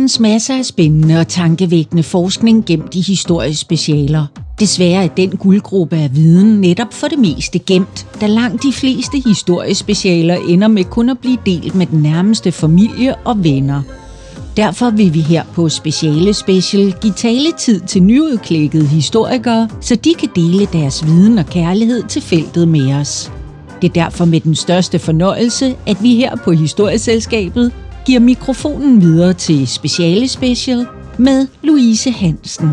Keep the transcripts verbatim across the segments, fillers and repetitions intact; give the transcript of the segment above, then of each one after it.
findes masser af spændende og tankevækkende forskning gemt i historiespecialer. Desværre er den guldgruppe af viden netop for det meste gemt, da langt de fleste historiespecialer ender med kun at blive delt med den nærmeste familie og venner. Derfor vil vi her på Speciale Special give taletid til nyudklækkede historikere, så de kan dele deres viden og kærlighed til feltet med os. Det er derfor med den største fornøjelse, at vi her på Historieselskabet giver mikrofonen videre til Speciale Special med Louise Hansen.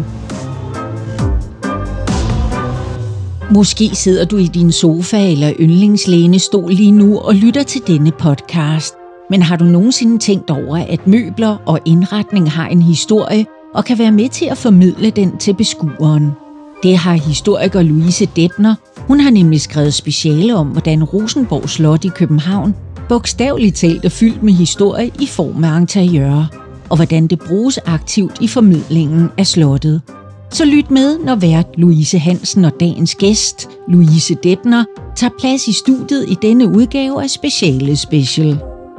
Måske sidder du i din sofa eller yndlingslænestol lige nu og lytter til denne podcast. Men har du nogensinde tænkt over, at møbler og indretning har en historie og kan være med til at formidle den til beskueren? Det har historiker Louise Debner. Hun har nemlig skrevet speciale om, hvordan Rosenborg Slot i København bogstaveligt talt er fyldt med historie i form af interiører, og hvordan det bruges aktivt i formidlingen af slottet. Så lyt med, når vært Louise Hansen og dagens gæst, Louise Debner, tager plads i studiet i denne udgave af Speciale Special.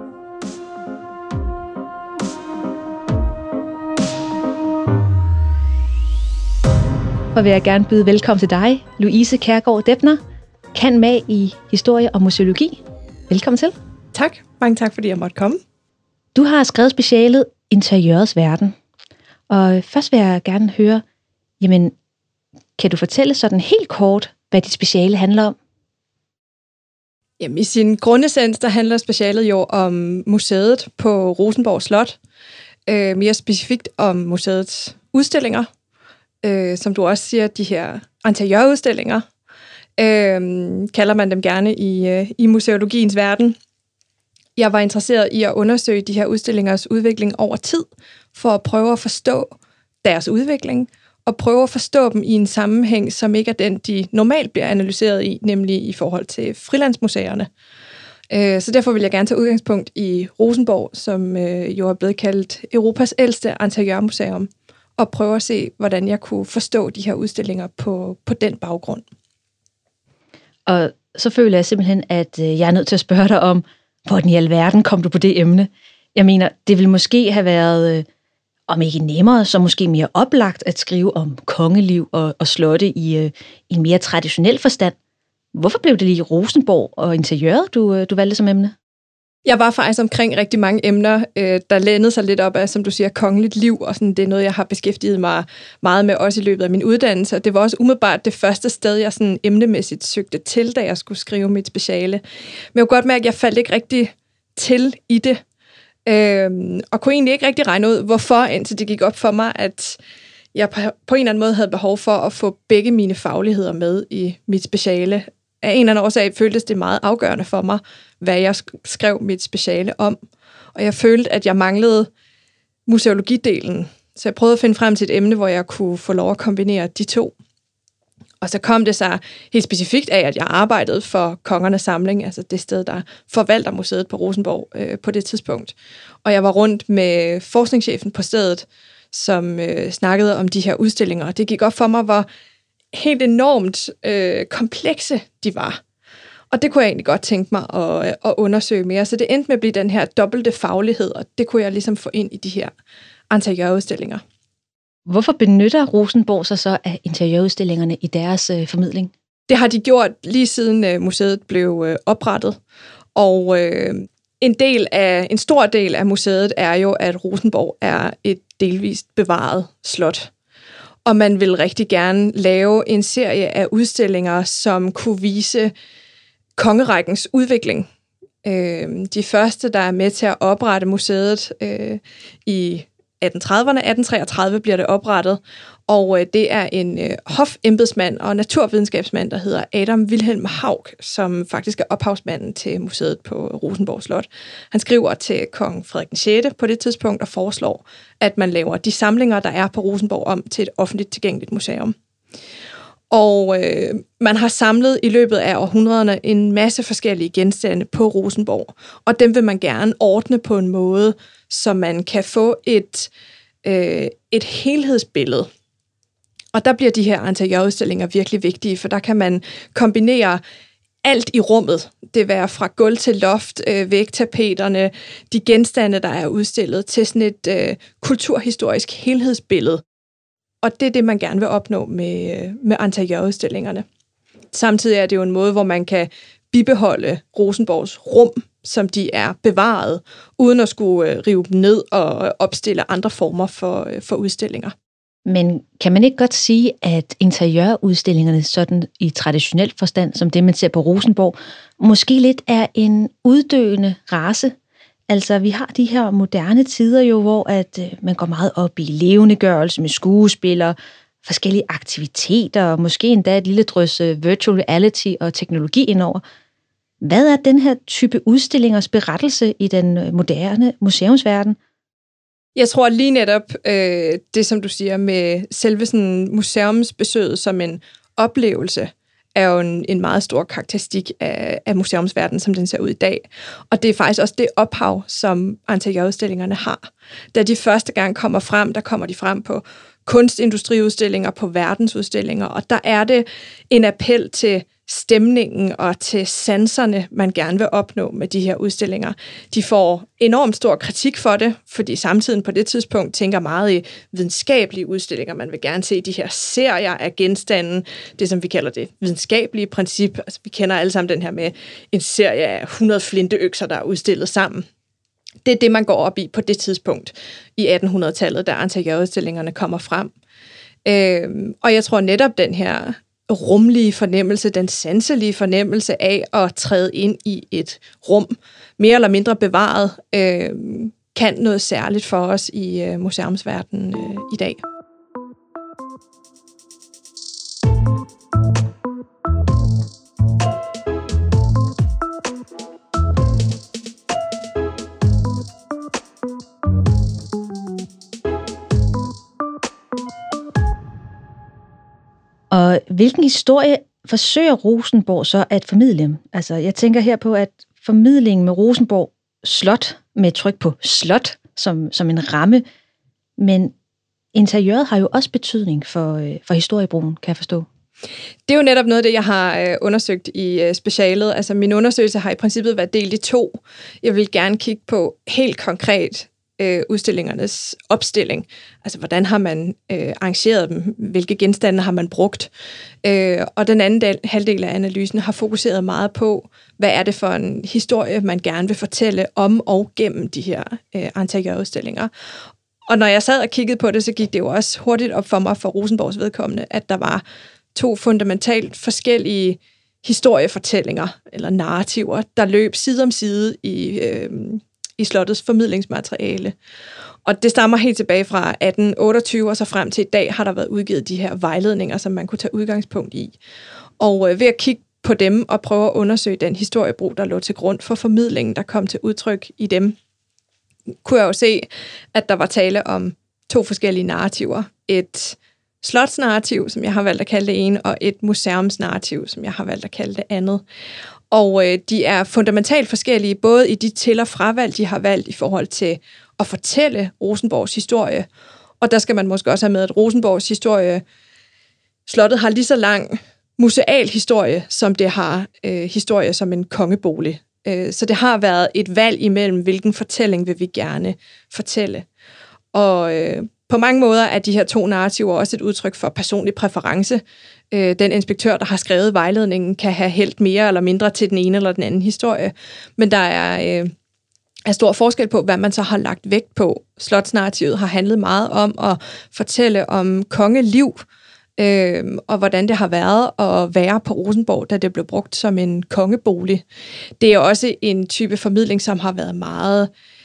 Og vil jeg gerne byde velkommen til dig, Louise Kjærgaard Debner, kan mag i historie og museologi. Velkommen til. Tak. Mange tak, fordi jeg måtte komme. Du har skrevet specialet Interiørets verden. Og først vil jeg gerne høre, jamen, kan du fortælle sådan helt kort, hvad dit speciale handler om? Jamen, i sin grundessens, der handler specialet jo om museet på Rosenborg Slot. Øh, mere specifikt om museets udstillinger. Øh, som du også siger, de her interiørudstillinger, øh, kalder man dem gerne i, øh, i museologiens verden. Jeg var interesseret i at undersøge de her udstillingers udvikling over tid, for at prøve at forstå deres udvikling, og prøve at forstå dem i en sammenhæng, som ikke er den, de normalt bliver analyseret i, nemlig i forhold til frilandsmuseerne. Øh, så derfor vil jeg gerne tage udgangspunkt i Rosenborg, som øh, jo er blevet kaldt Europas ældste interiørmuseum, og prøve at se, hvordan jeg kunne forstå de her udstillinger på, på den baggrund. Og så føler jeg simpelthen, at jeg er nødt til at spørge dig om, hvordan i alverden kom du på det emne? Jeg mener, det ville måske have været, om ikke nemmere, så måske mere oplagt at skrive om kongeliv og, og slotte i, i en mere traditionel forstand. Hvorfor blev det lige Rosenborg og interiøret, du, du valgte som emne? Jeg var faktisk omkring rigtig mange emner, øh, der lænede sig lidt op af, som du siger, kongeligt liv, og sådan, det er noget, jeg har beskæftiget mig meget med, også i løbet af min uddannelse, og det var også umiddelbart det første sted, jeg sådan emnemæssigt søgte til, da jeg skulle skrive mit speciale. Men jeg kunne godt mærke, at jeg faldt ikke rigtig til i det, øh, og kunne egentlig ikke rigtig regne ud, hvorfor, indtil det gik op for mig, at jeg på en eller anden måde havde behov for at få begge mine fagligheder med i mit speciale. Af en eller anden årsag føltes det meget afgørende for mig, hvad jeg skrev mit speciale om. Og jeg følte, at jeg manglede museologidelen. Så jeg prøvede at finde frem til et emne, hvor jeg kunne få lov at kombinere de to. Og så kom det sig helt specifikt af, at jeg arbejdede for Kongernes Samling, altså det sted, der forvalter museet på Rosenborg øh, på det tidspunkt. Og jeg var rundt med forskningschefen på stedet, som øh, snakkede om de her udstillinger. Og det gik op for mig, hvor helt enormt øh, komplekse de var. Og det kunne jeg egentlig godt tænke mig at, at undersøge mere. Så det endte med at blive den her dobbelte faglighed, og det kunne jeg ligesom få ind i de her interiørudstillinger. Hvorfor benytter Rosenborg sig så af interiørudstillingerne i deres øh, formidling? Det har de gjort lige siden øh, museet blev øh, oprettet. Og øh, en, del af, en stor del af museet er jo, at Rosenborg er et delvist bevaret slot. Og man vil rigtig gerne lave en serie af udstillinger, som kunne vise kongerækkens udvikling. Øh, de første, der er med til at oprette museet øh, i atten trediverne, atten treogtredive bliver det oprettet, og øh, det er en øh, hofembedsmand og naturvidenskabsmand, der hedder Adam Wilhelm Haug, som faktisk er ophavsmanden til museet på Rosenborg Slot. Han skriver til kong Frederik den sjette på det tidspunkt og foreslår, at man laver de samlinger, der er på Rosenborg, om til et offentligt tilgængeligt museum. Og øh, man har samlet i løbet af århundrederne en masse forskellige genstande på Rosenborg, og dem vil man gerne ordne på en måde, så man kan få et, øh, et helhedsbillede. Og der bliver de her interiørudstillinger virkelig vigtige, for der kan man kombinere alt i rummet. Det være fra gulv til loft, øh, vægtapeterne, de genstande, der er udstillet, til sådan et øh, kulturhistorisk helhedsbillede. Og det er det, man gerne vil opnå med, med interiørudstillingerne. Samtidig er det jo en måde, hvor man kan bibeholde Rosenborgs rum, som de er bevaret, uden at skulle øh, rive dem ned og opstille andre former for, øh, for udstillinger. Men kan man ikke godt sige, at interiørudstillingerne sådan i traditionel forstand, som det man ser på Rosenborg, måske lidt er en uddøende race? Altså, vi har de her moderne tider jo, hvor at øh, man går meget op i levendegørelse med skuespillere, forskellige aktiviteter, og måske endda et lille drøs øh, virtual reality og teknologi indover. Hvad er den her type udstillingers berettelse i den moderne museumsverden? Jeg tror lige netop øh, det, som du siger med selve sådan museumsbesøget som en oplevelse, er jo en, en meget stor karakteristik af, af museumsverdenen, som den ser ud i dag. Og det er faktisk også det ophav, som interiørudstillingerne har. Da de første gang kommer frem, der kommer de frem på kunstindustriudstillinger, på verdensudstillinger, og der er det en appel til stemningen og til sanserne, man gerne vil opnå med de her udstillinger. De får enormt stor kritik for det, fordi samtiden på det tidspunkt tænker meget i videnskabelige udstillinger. Man vil gerne se de her serier af genstande, det som vi kalder det videnskabelige princip. Altså, vi kender alle sammen den her med en serie af hundrede flinteøkser, der er udstillet sammen. Det er det, man går op i på det tidspunkt i attenhundredetallet, da interiørudstillingerne kommer frem. Øhm, og jeg tror netop den her rumlige fornemmelse, den sanselige fornemmelse af at træde ind i et rum, mere eller mindre bevaret, øh, kan noget særligt for os i øh, museumsverdenen øh, i dag. Og hvilken historie forsøger Rosenborg så at formidle? Altså, jeg tænker her på, at formidlingen med Rosenborg slot, med tryk på slot, som, som en ramme, men interiøret har jo også betydning for, for historiebrugen, kan jeg forstå. Det er jo netop noget af det, jeg har øh, undersøgt i øh, specialet. Altså, min undersøgelse har i princippet været delt i to. Jeg vil gerne kigge på helt konkret øh, udstillingernes opstilling. Altså, hvordan har man øh, arrangeret dem? Hvilke genstande har man brugt? Øh, og den anden del, halvdel af analysen har fokuseret meget på, hvad er det for en historie, man gerne vil fortælle om og gennem de her øh, interiørudstillinger. Og når jeg sad og kiggede på det, så gik det jo også hurtigt op for mig for Rosenborgs vedkommende, at der var to fundamentalt forskellige historiefortællinger, eller narrativer, der løb side om side i, øh, i slottets formidlingsmateriale. Og det stammer helt tilbage fra atten otteogtyve, og så frem til i dag har der været udgivet de her vejledninger, som man kunne tage udgangspunkt i. Og øh, ved at kigge på dem og prøve at undersøge den historiebrug, der lå til grund for formidlingen, der kom til udtryk i dem, kunne jeg jo se, at der var tale om to forskellige narrativer. Et slotsnarrativ, som jeg har valgt at kalde det ene, og et museumsnarrativ, som jeg har valgt at kalde det andet. Og øh, de er fundamentalt forskellige, både i de til- og fravalg, de har valgt i forhold til at fortælle Rosenborgs historie. Og der skal man måske også have med, at Rosenborgs historie, slottet har lige så lang museal historie, som det har øh, historie som en kongebolig. Øh, så det har været et valg imellem, hvilken fortælling vil vi gerne fortælle. Og øh, på mange måder er de her to narrativer også et udtryk for personlig præference. Øh, den inspektør, der har skrevet vejledningen, kan have hældt mere eller mindre til den ene eller den anden historie. Men der er, øh, er stor forskel på, hvad man så har lagt vægt på. Slotsnarrativet har handlet meget om at fortælle om kongeliv, øh, og hvordan det har været at være på Rosenborg, da det blev brugt som en kongebolig. Det er også en type formidling, som har været meget...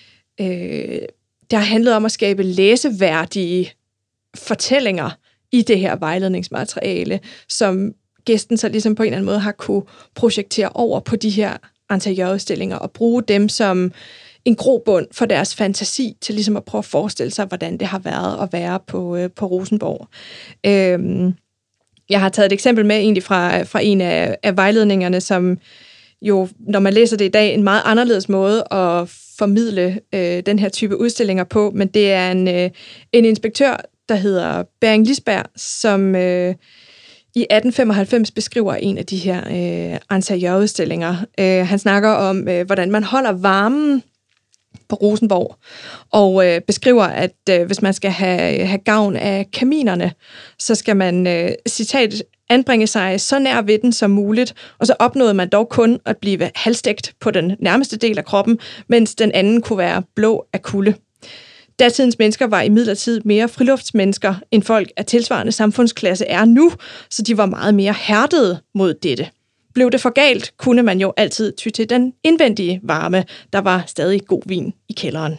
Øh, Det har handlet om at skabe læseværdige fortællinger i det her vejledningsmateriale, som gæsten så ligesom på en eller anden måde har kunne projektere over på de her interiørudstillinger og bruge dem som en grobund for deres fantasi til ligesom at prøve at forestille sig, hvordan det har været at være på, øh, på Rosenborg. Øhm, jeg har taget et eksempel med egentlig fra, fra en af, af vejledningerne, som jo, når man læser det i dag, en meget anderledes måde at formidle øh, den her type udstillinger på, men det er en, øh, en inspektør, der hedder Bering Lisberg, som øh, I atten femoghalvfems beskriver en af de her øh, interiørudstillinger. Øh, han snakker om, øh, hvordan man holder varmen på Rosenborg, og øh, beskriver, at øh, hvis man skal have, have gavn af kaminerne, så skal man, øh, citat, anbringe sig så nær ved den som muligt, og så opnåede man dog kun at blive halvstegt på den nærmeste del af kroppen, mens den anden kunne være blå af kulde. Datidens mennesker var imidlertid mere friluftsmennesker, end folk af tilsvarende samfundsklasse er nu, så de var meget mere hærdede mod dette. Blev det for galt, kunne man jo altid ty til den indvendige varme. Der var stadig god vin i kælderen.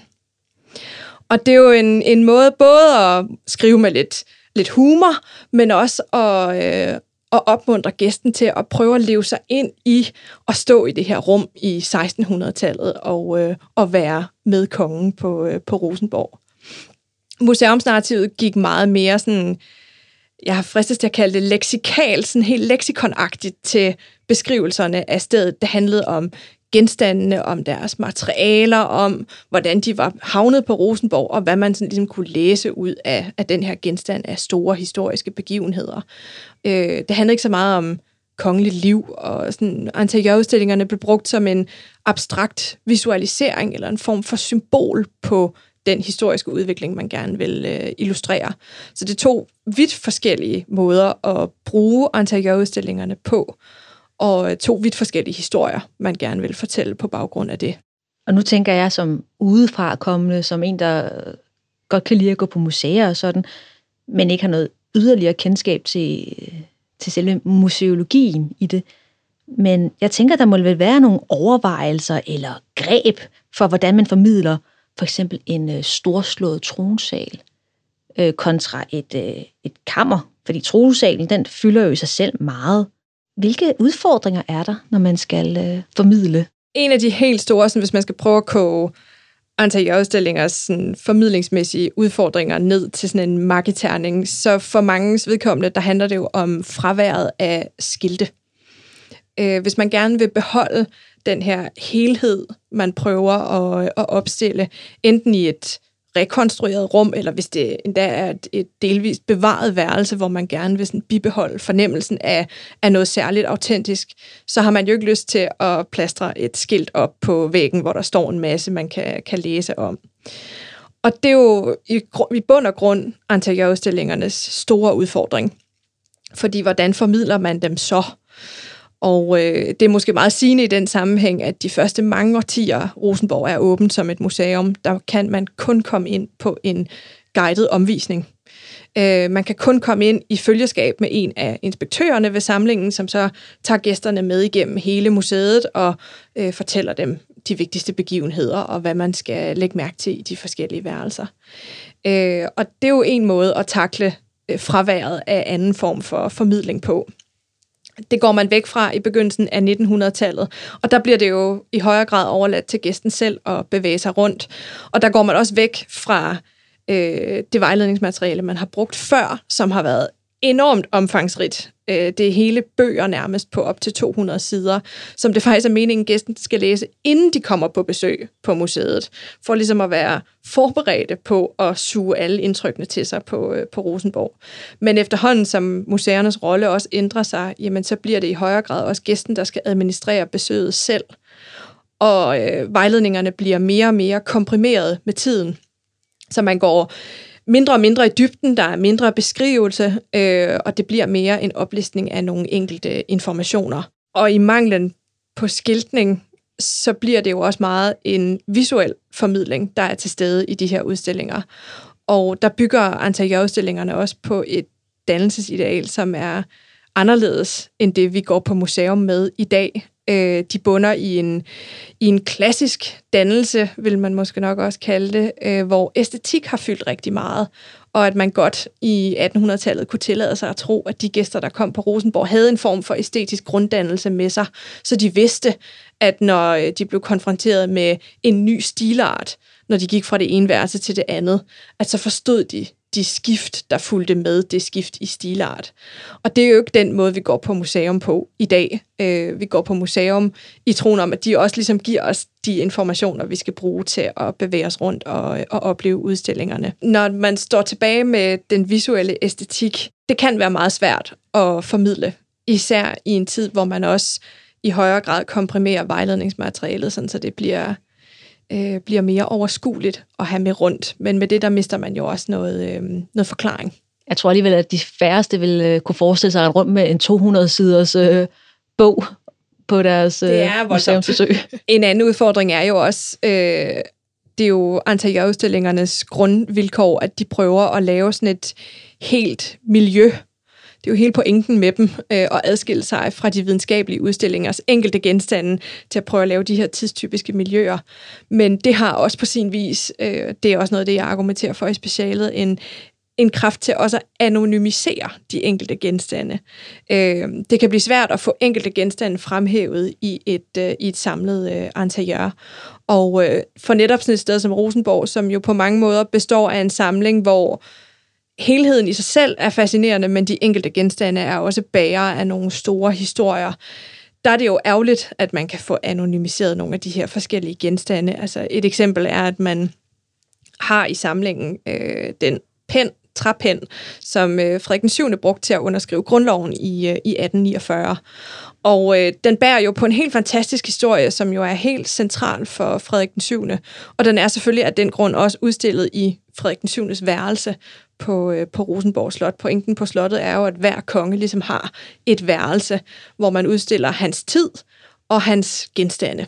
Og det er jo en, en måde både at skrive med lidt, lidt humor, men også at, øh, at opmuntre gæsten til at prøve at leve sig ind i og stå i det her rum i sekstenhundredetallet og, øh, og være med kongen på, øh, på Rosenborg. Museumsnarrativet gik meget mere sådan, jeg har fristet til at kalde det leksikalt, sådan helt leksikonagtigt til beskrivelserne af stedet. Det handlede om genstandene, om deres materialer, om hvordan de var havnet på Rosenborg, og hvad man sådan ligesom kunne læse ud af, af den her genstand af store historiske begivenheder. Øh, det handlede ikke så meget om kongeligt liv, og sådan, interiørudstillingerne blev brugt som en abstrakt visualisering, eller en form for symbol på den historiske udvikling, man gerne vil øh, illustrere. Så det er to vidt forskellige måder at bruge interiørudstillingerne på, og to vidt forskellige historier, man gerne vil fortælle på baggrund af det. Og nu tænker jeg som udefra kommende, som en, der godt kan lide at gå på museer og sådan, men ikke har noget yderligere kendskab til, til selve museologien i det. Men jeg tænker, der må vel være nogle overvejelser eller greb for, hvordan man formidler for eksempel en øh, storslået tronsal øh, kontra et, øh, et kammer. Fordi tronsalen, den fylder jo i sig selv meget. Hvilke udfordringer er der, når man skal øh, formidle? En af de helt store, sådan, hvis man skal prøve at koge interiørudstillingers sådan, formidlingsmæssige udfordringer ned til sådan en marketerning, så for manges vedkommende, der handler det jo om fraværet af skilte. Øh, hvis man gerne vil beholde den her helhed, man prøver at, at opstille, enten i et rekonstrueret rum, eller hvis det endda er et, et delvist bevaret værelse, hvor man gerne vil sådan bibeholde fornemmelsen af, af noget særligt autentisk, så har man jo ikke lyst til at plastre et skilt op på væggen, hvor der står en masse, man kan, kan læse om. Og det er jo i, i bund og grund interiørudstillingernes store udfordring. Fordi hvordan formidler man dem så? Og øh, det er måske meget sigende i den sammenhæng, at de første mange årtier Rosenborg er åbent som et museum. Der kan man kun komme ind på en guided omvisning. Øh, man kan kun komme ind i følgeskab med en af inspektørerne ved samlingen, som så tager gæsterne med igennem hele museet og øh, fortæller dem de vigtigste begivenheder og hvad man skal lægge mærke til i de forskellige værelser. Øh, og det er jo en måde at takle øh, fraværet af anden form for formidling på. Det går man væk fra i begyndelsen af nittenhundredetallet, og der bliver det jo i højere grad overladt til gæsten selv at bevæge sig rundt. Og der går man også væk fra øh, det vejledningsmateriale, man har brugt før, som har været enormt omfangsrigt. Øh, det er hele bøger nærmest på op til to hundrede sider, som det faktisk er meningen, gæsten skal læse, inden de kommer på besøg på museet, for ligesom at være forberedte på at suge alle indtrykkene til sig på, øh, på Rosenborg. Men efterhånden, som museernes rolle også ændrer sig, jamen, så bliver det i højere grad også gæsten, der skal administrere besøget selv. Og øh, vejledningerne bliver mere og mere komprimeret med tiden, så man går mindre og mindre i dybden, der er mindre beskrivelse, øh, og det bliver mere en oplistning af nogle enkelte informationer. Og i manglen på skiltning, så bliver det jo også meget en visuel formidling, der er til stede i de her udstillinger. Og der bygger interiørudstillingerne også på et dannelsesideal, som er anderledes end det, vi går på museum med i dag. Øh, de bunder i en, i en klassisk dannelse, vil man måske nok også kalde det, øh, hvor æstetik har fyldt rigtig meget, og at man godt i attenhundredetallet kunne tillade sig at tro, at de gæster, der kom på Rosenborg, havde en form for æstetisk grunddannelse med sig, så de vidste, at når de blev konfronteret med en ny stilart, når de gik fra det ene værelse til det andet, at så forstod de de skift, der fulgte med det skift i stilart. Og det er jo ikke den måde, vi går på museum på i dag. Øh, vi går på museum i troen om, at de også ligesom giver os de informationer, vi skal bruge til at bevæge os rundt og, og opleve udstillingerne. Når man står tilbage med den visuelle æstetik, det kan være meget svært at formidle, især i en tid, hvor man også i højere grad komprimerer vejledningsmaterialet, sådan så det bliver... Øh, bliver mere overskueligt at have med rundt. Men med det, der mister man jo også noget, øh, noget forklaring. Jeg tror alligevel, at de færreste vil øh, kunne forestille sig at rundt med en to hundrede siders øh, bog på deres øh, museumsbesøg. En anden udfordring er jo også, øh, det er jo interiørudstillingernes grundvilkår, at de prøver at lave sådan et helt miljø. Det er jo hele pointen med dem, øh, at adskille sig fra de videnskabelige udstillingers enkelte genstande til at prøve at lave de her tidstypiske miljøer. Men det har også på sin vis, øh, det er også noget af det, jeg argumenterer for i specialet, en, en kraft til også at anonymisere de enkelte genstande. Øh, det kan blive svært at få enkelte genstande fremhævet i et, øh, i et samlet øh, interiør. Og øh, for netop sådan et sted som Rosenborg, som jo på mange måder består af en samling, hvor helheden i sig selv er fascinerende, men de enkelte genstande er også bærere af nogle store historier. Der er det jo ærgerligt, at man kan få anonymiseret nogle af de her forskellige genstande. Altså et eksempel er, at man har i samlingen øh, den pen, træpen, som øh, Frederik den syvende brugte til at underskrive grundloven i, øh, i atten niogfyrre. Og øh, den bærer jo på en helt fantastisk historie, som jo er helt central for Frederik den syvende. Og den er selvfølgelig af den grund også udstillet i Frederik den syvendes værelse på, øh, på Rosenborg Slot. Pointen på slottet er jo, at hver konge ligesom har et værelse, hvor man udstiller hans tid og hans genstande.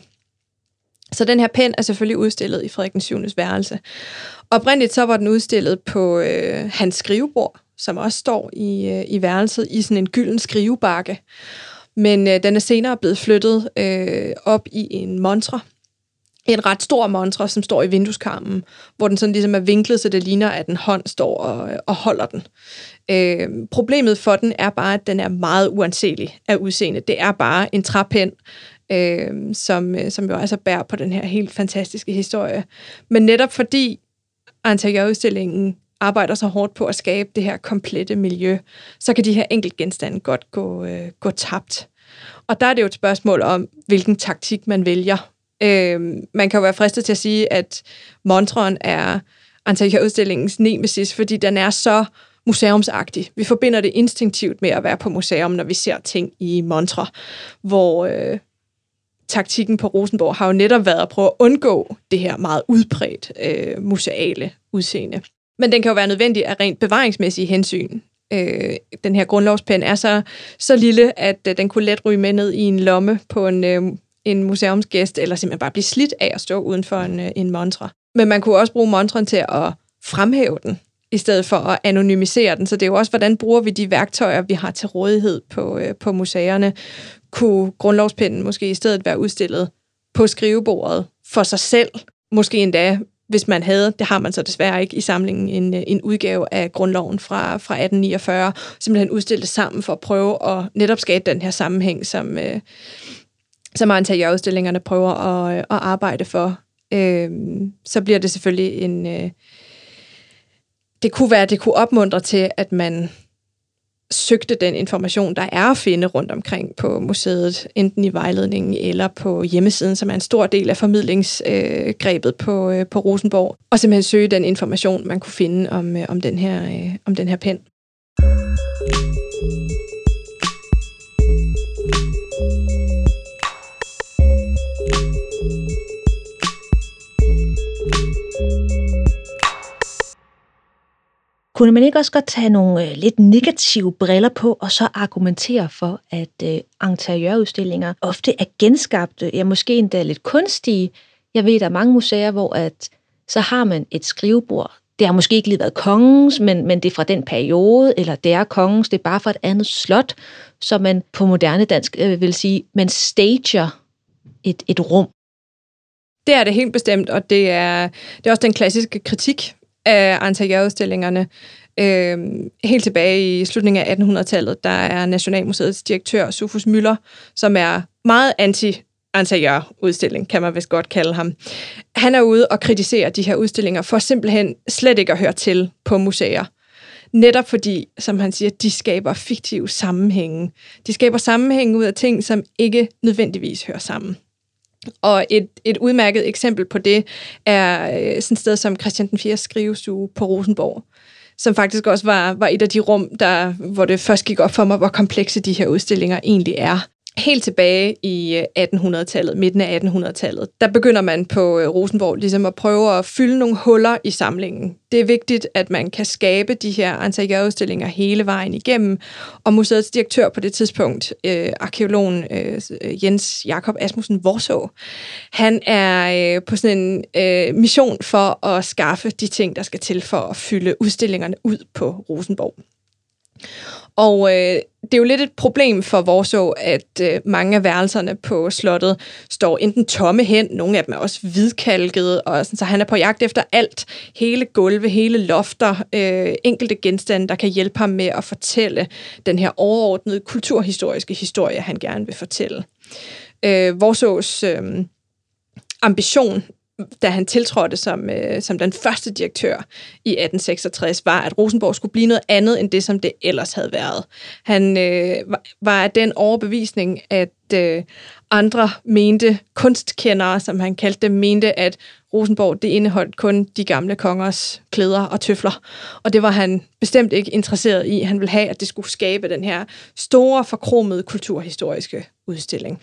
Så den her pen er selvfølgelig udstillet i Frederik den syvendes værelse. Oprindeligt så var den udstillet på øh, hans skrivebord, som også står i, øh, i værelset i sådan en gylden skrivebakke. Men øh, den er senere blevet flyttet øh, op i en montre. En ret stor montre, som står i vindueskarmen, hvor den sådan ligesom er vinklet, så det ligner, at en hånd står og, og holder den. Øh, problemet for den er bare, at den er meget uanselig af udseende. Det er bare en træpen, øh, som, som jo altså bærer på den her helt fantastiske historie. Men netop fordi interiørudstillingen arbejder så hårdt på at skabe det her komplette miljø, så kan de her enkelt genstande godt gå, øh, gå tabt. Og der er det jo et spørgsmål om, hvilken taktik man vælger. Øh, man kan jo være fristet til at sige, at montren er interiørudstillingens nemesis, fordi den er så museumsagtig. Vi forbinder det instinktivt med at være på museum, når vi ser ting i montre, hvor øh, taktikken på Rosenborg har jo netop været at prøve at undgå det her meget udbredt øh, museale udseende. Men den kan jo være nødvendig af rent bevaringsmæssige hensyn. Øh, den her grundlovspen er så, så lille, at øh, den kunne let ryge med ned i en lomme på en, øh, en museumsgæst, eller simpelthen bare blive slidt af at stå uden for en, øh, en montre. Men man kunne også bruge montren til at fremhæve den, i stedet for at anonymisere den. Så det er jo også, hvordan bruger vi de værktøjer, vi har til rådighed på, øh, på museerne. Kunne grundlovspinden måske i stedet være udstillet på skrivebordet for sig selv? Måske endda, hvis man havde, det har man så desværre ikke i samlingen, en, en udgave af grundloven fra, fra atten niogfyrre, simpelthen udstillet sammen for at prøve at netop skabe den her sammenhæng, som, øh, som interiørudstillingerne prøver at, at arbejde for. Øh, så bliver det selvfølgelig en... Øh, det kunne være, det kunne opmuntre til, at man søgte den information, der er at finde rundt omkring på museet, enten i vejledningen eller på hjemmesiden, som er en stor del af formidlingsgrebet på, øh, på Rosenborg, og simpelthen søge den information, man kunne finde om, øh, om, den, her, øh, om den her pen. Kunne man ikke også godt tage nogle øh, lidt negative briller på, og så argumentere for, at øh, interiørudstillinger ofte er genskabte, ja måske endda lidt kunstige. Jeg ved, der er mange museer, hvor at, så har man et skrivebord. Det har måske ikke lige været kongens, men, men det er fra den periode, eller det er kongens, det er bare fra et andet slot, så man på moderne dansk øh, vil sige, man stager et, et rum. Det er det helt bestemt, og det er, det er også den klassiske kritik af interiørudstillingerne. Øh, helt tilbage i slutningen af attenhundredetallet, der er Nationalmuseets direktør, Sofus Müller, som er meget anti interiørudstilling, kan man vist godt kalde ham. Han er ude og kritiserer de her udstillinger for simpelthen slet ikke at høre til på museer. Netop fordi, som han siger, de skaber fiktive sammenhænge. De skaber sammenhænge ud af ting, som ikke nødvendigvis hører sammen. Og et, et udmærket eksempel på det er sådan et sted som Christian den fjerdes skrivestue på Rosenborg, som faktisk også var, var et af de rum, der, hvor det først gik op for mig, hvor komplekse de her udstillinger egentlig er. Helt tilbage i attenhundredetallet, midten af attenhundredetallet, der begynder man på Rosenborg ligesom at prøve at fylde nogle huller i samlingen. Det er vigtigt, at man kan skabe de her interiørudstillinger hele vejen igennem, og museets direktør på det tidspunkt, øh, arkæologen øh, Jens Jakob Asmussen Worsaae, han er øh, på sådan en øh, mission for at skaffe de ting, der skal til for at fylde udstillingerne ud på Rosenborg. Og øh, det er jo lidt et problem for Worsaae, at øh, mange af værelserne på slottet står enten tomme hen, nogle af dem er også hvidkalkede, og sådan, så han er på jagt efter alt, hele gulve, hele lofter, øh, enkelte genstande, der kan hjælpe ham med at fortælle den her overordnede kulturhistoriske historie, han gerne vil fortælle. Øh, Worsaaes øh, ambition, da han tiltrådte som, øh, som den første direktør i atten seksogtres, var, at Rosenborg skulle blive noget andet end det, som det ellers havde været. Han øh, var, var af den overbevisning, at øh, andre mente, kunstkendere, som han kaldte dem, mente, at Rosenborg det indeholdt kun de gamle kongers klæder og tøfler. Og det var han bestemt ikke interesseret i. Han ville have, at det skulle skabe den her store, forkromede kulturhistoriske udstilling.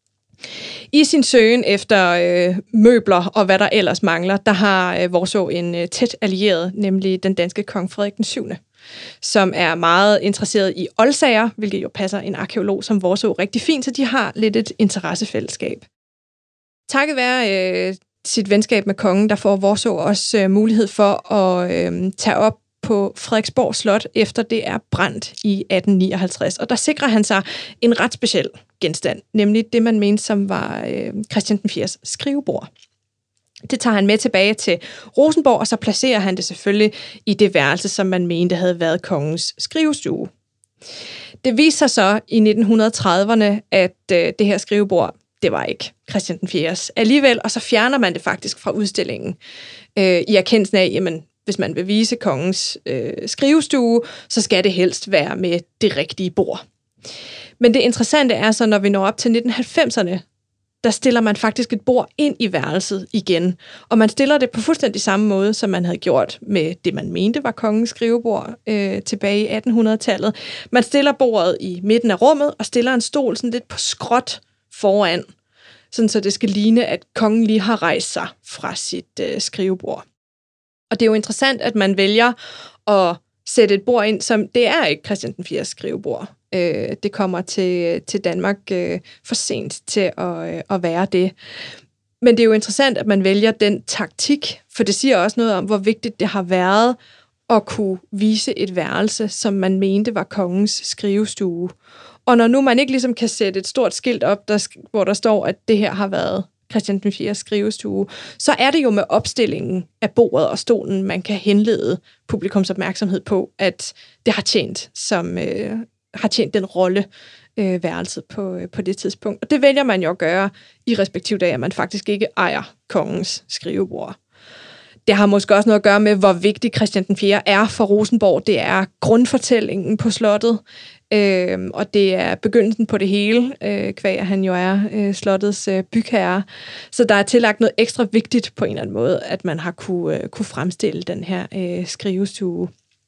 I sin søgen efter øh, møbler og hvad der ellers mangler, der har øh, Worsaae en øh, tæt allieret, nemlig den danske kong Frederik den syvende, som er meget interesseret i oldsager, hvilket jo passer en arkæolog som Worsaae rigtig fint, så de har lidt et interessefællesskab. Takket være øh, sit venskab med kongen, der får Worsaae også øh, mulighed for at øh, tage op på Frederiksborg Slot, efter det er brændt i atten nioghalvtreds. Og der sikrer han sig en ret speciel genstand, nemlig det, man mente, som var øh, Christian den fjerdes skrivebord. Det tager han med tilbage til Rosenborg, og så placerer han det selvfølgelig i det værelse, som man mente havde været kongens skrivestue. Det viser sig så i nitten trediverne, at øh, det her skrivebord, det var ikke Christian den fjerdes alligevel, og så fjerner man det faktisk fra udstillingen øh, i erkendelsen af, jamen, hvis man vil vise kongens øh, skrivestue, så skal det helst være med det rigtige bord. Men det interessante er så, når vi når op til nitten halvfemserne, der stiller man faktisk et bord ind i værelset igen. Og man stiller det på fuldstændig samme måde, som man havde gjort med det, man mente var kongens skrivebord øh, tilbage i attenhundredetallet. Man stiller bordet i midten af rummet og stiller en stol sådan lidt på skråt foran, sådan så det skal ligne, at kongen lige har rejst sig fra sit øh, skrivebord. Og det er jo interessant, at man vælger at sætte et bord ind, som det er ikke Christian den fjerdes skrivebord. Øh, det kommer til, til Danmark øh, for sent til at, øh, at være det. Men det er jo interessant, at man vælger den taktik, for det siger også noget om, hvor vigtigt det har været at kunne vise et værelse, som man mente var kongens skrivestue. Og når nu man ikke ligesom kan sætte et stort skilt op, der, hvor der står, at det her har været Christian den fjerdes skrivestue, så er det jo med opstillingen af bordet og stolen, man kan henlede publikums opmærksomhed på, at det har tjent, som, øh, har tjent den rolle øh, værelset på, øh, på det tidspunkt. Og det vælger man jo at gøre i respektivt af, at man faktisk ikke ejer kongens skrivebord. Det har måske også noget at gøre med, hvor vigtig Christian den fjerde er for Rosenborg. Det er grundfortællingen på slottet, øh, og det er begyndelsen på det hele, øh, kvad at han jo er øh, slottets øh, bygherre. Så der er tillagt noget ekstra vigtigt på en eller anden måde, at man har kunne, øh, kunne fremstille den her øh, skrivestue.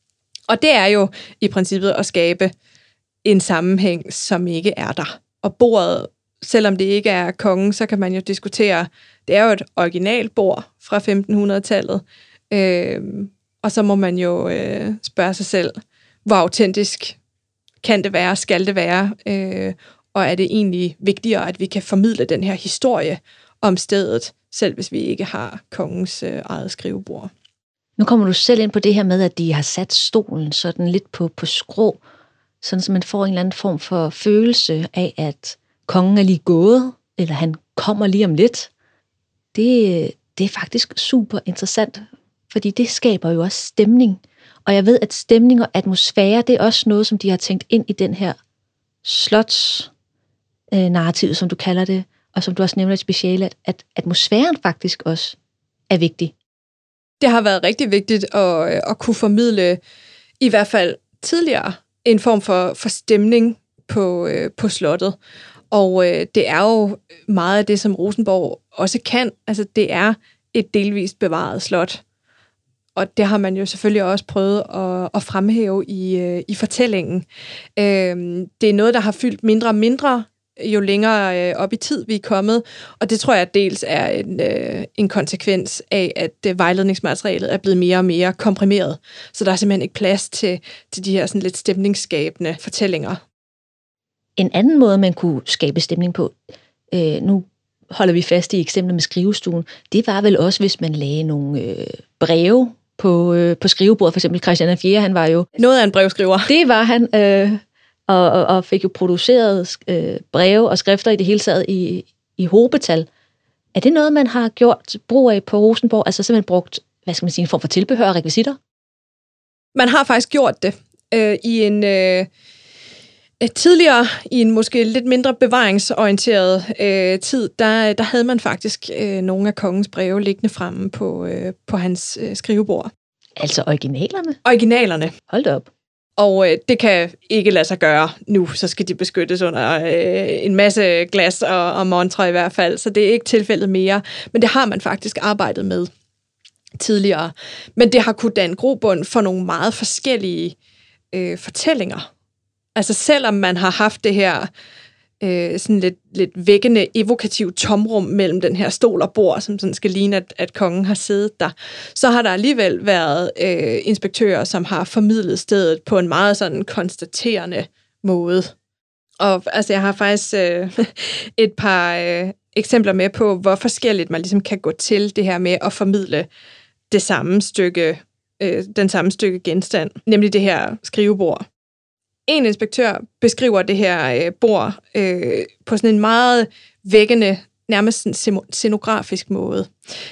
Og det er jo i princippet at skabe en sammenhæng, som ikke er der. Og bordet, selvom det ikke er kongen, så kan man jo diskutere, det er jo et originalt bord fra femtenhundredetallet, øh, og så må man jo øh, spørge sig selv, hvor autentisk kan det være, skal det være, øh, og er det egentlig vigtigere, at vi kan formidle den her historie om stedet, selv hvis vi ikke har kongens øh, eget skrivebord. Nu kommer du selv ind på det her med, at de har sat stolen sådan lidt på, på skrå, sådan så man får en eller anden form for følelse af, at kongen er lige gået, eller han kommer lige om lidt. Det, det er faktisk super interessant, fordi det skaber jo også stemning. Og jeg ved, at stemning og atmosfære, det er også noget, som de har tænkt ind i den her slots-narrativ, som du kalder det. og som du også nævner et speciale, at, at atmosfæren faktisk også er vigtig. Det har været rigtig vigtigt at, at kunne formidle, i hvert fald tidligere, en form for, for stemning på, øh, på slottet. Og øh, det er jo meget af det, som Rosenborg også kan. Altså, det er et delvist bevaret slot. Og det har man jo selvfølgelig også prøvet at, at fremhæve i, øh, i fortællingen. Øh, det er noget, der har fyldt mindre og mindre, jo længere øh, op i tid vi er kommet. Og det tror jeg dels er en, øh, en konsekvens af, at øh, vejledningsmaterialet er blevet mere og mere komprimeret. Så der er simpelthen ikke plads til, til de her sådan lidt stemningsskabende fortællinger. En anden måde, man kunne skabe stemning på, øh, nu holder vi fast i eksemplet med skrivestuen, det var vel også, hvis man lagde nogle øh, breve på, øh, på skrivebordet. For eksempel Christian den fjerde, han var jo... Noget af en brevskriver. Det var han, øh, og, og, og fik jo produceret øh, breve og skrifter i det hele taget i, i hobetal. Er det noget, man har gjort brug af på Rosenborg? Altså simpelthen brugt, hvad skal man sige, en form for tilbehør og rekvisitter? Man har faktisk gjort det øh, i en... Øh Tidligere, i en måske lidt mindre bevaringsorienteret øh, tid, der, der havde man faktisk øh, nogle af kongens breve liggende fremme på, øh, på hans øh, skrivebord. Altså originalerne? Originalerne. Hold da op. Og øh, det kan ikke lade sig gøre nu, så skal de beskyttes under øh, en masse glas og, og montre i hvert fald, så det er ikke tilfældet mere. Men det har man faktisk arbejdet med tidligere. Men det har kunnet danne grobund for nogle meget forskellige øh, fortællinger. Altså selvom man har haft det her øh, sådan lidt, lidt vækkende, evokativt tomrum mellem den her stol og bord, som sådan skal ligne, at, at kongen har siddet der, så har der alligevel været øh, inspektører, som har formidlet stedet på en meget sådan konstaterende måde. Og altså jeg har faktisk øh, et par øh, eksempler med på, hvor forskelligt man ligesom kan gå til det her med at formidle det samme stykke, øh, den samme stykke genstand, nemlig det her skrivebord. En inspektør beskriver det her øh, bord øh, på sådan en meget vækkende, nærmest en scenografisk måde.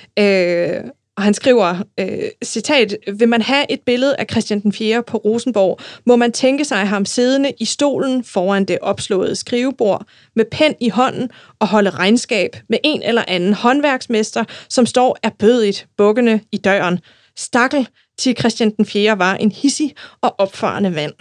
Øh, og han skriver, øh, citat, vil man have et billede af Christian den fjerde på Rosenborg, må man tænke sig ham siddende i stolen foran det opslåede skrivebord, med pen i hånden og holde regnskab med en eller anden håndværksmester, som står erbødigt bukkende i døren. Stakkel til Christian den fjerde var en hissig og opfarende mand.